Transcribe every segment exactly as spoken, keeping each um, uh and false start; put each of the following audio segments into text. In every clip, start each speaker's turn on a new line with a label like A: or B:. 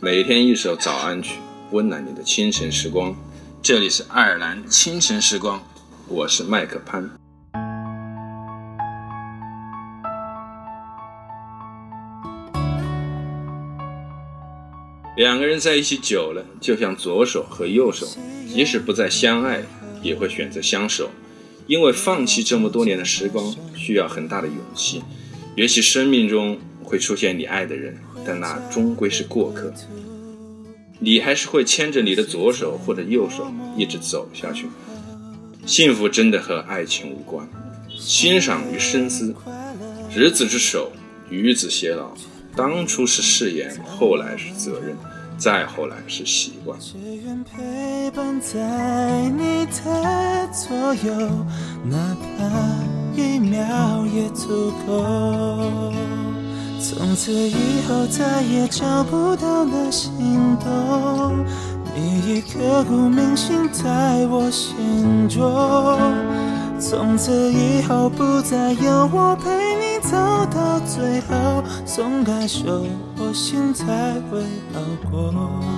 A: 每天一首早安曲，温暖你的清晨时光。这里是爱尔兰清晨时光，我是麦克潘。两个人在一起久了，就像左手和右手，即使不再相爱，也会选择相守。因为放弃这么多年的时光需要很大的勇气，也许生命中会出现你爱的人，但那终归是过客。你还是会牵着你的左手或者右手一直走下去。幸福真的和爱情无关，欣赏与深思，执子之手，与子偕老。当初是誓言，后来是责任，再后来是习惯。
B: 只愿陪伴在你的左右，哪怕一秒也足够。从此以后再也找不到那心动，你已刻骨铭心在我心中。从此以后不再有我陪你走到最后，松开手，我心才会好过。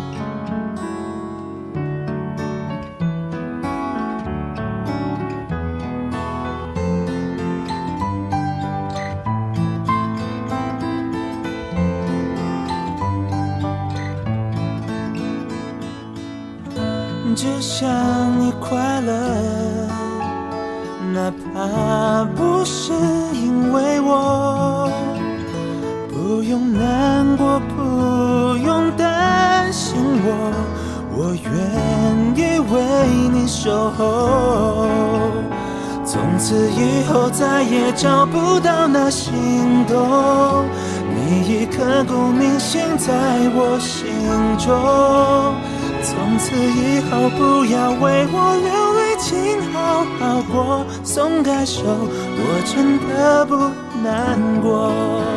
B: 只想你快乐，哪怕不是因为我，不用难过，不用担心我，我愿意为你守候。从此以后再也找不到那心动，你已刻骨铭心在我心中。从此以后不要为我流泪，请好好过，松开手，我真的不难过。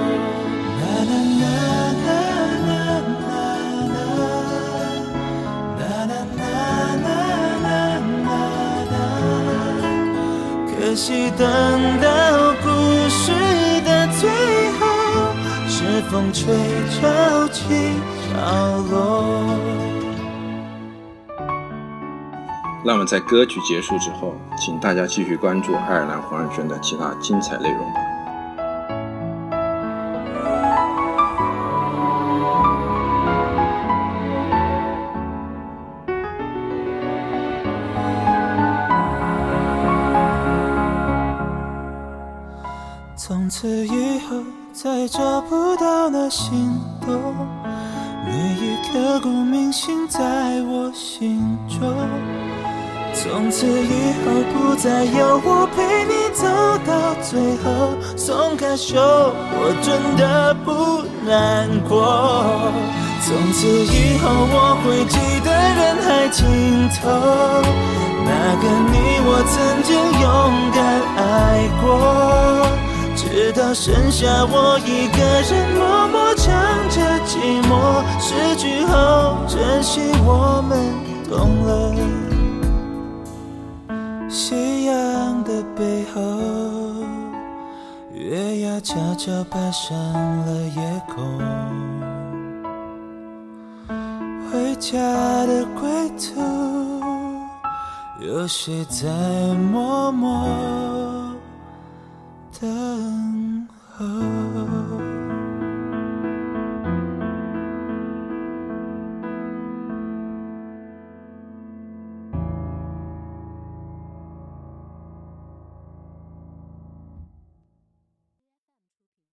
B: 可惜等到故事的最后，是风吹潮起潮落。
A: 那么在歌曲结束之后，请大家继续关注爱尔兰华人圈的其他精彩内容吧。
B: 从此以后再找不到那心动，你已刻骨铭心在我心中。从此以后不再有我陪你走到最后，松开手，我真的不难过。从此以后我会记得人海尽头，那个你我曾经勇敢爱过，直到剩下我一个人默默唱着寂寞，失去后珍惜我们懂了。夕阳的背后，月牙悄悄爬上了夜空，回家的归途，有谁在默默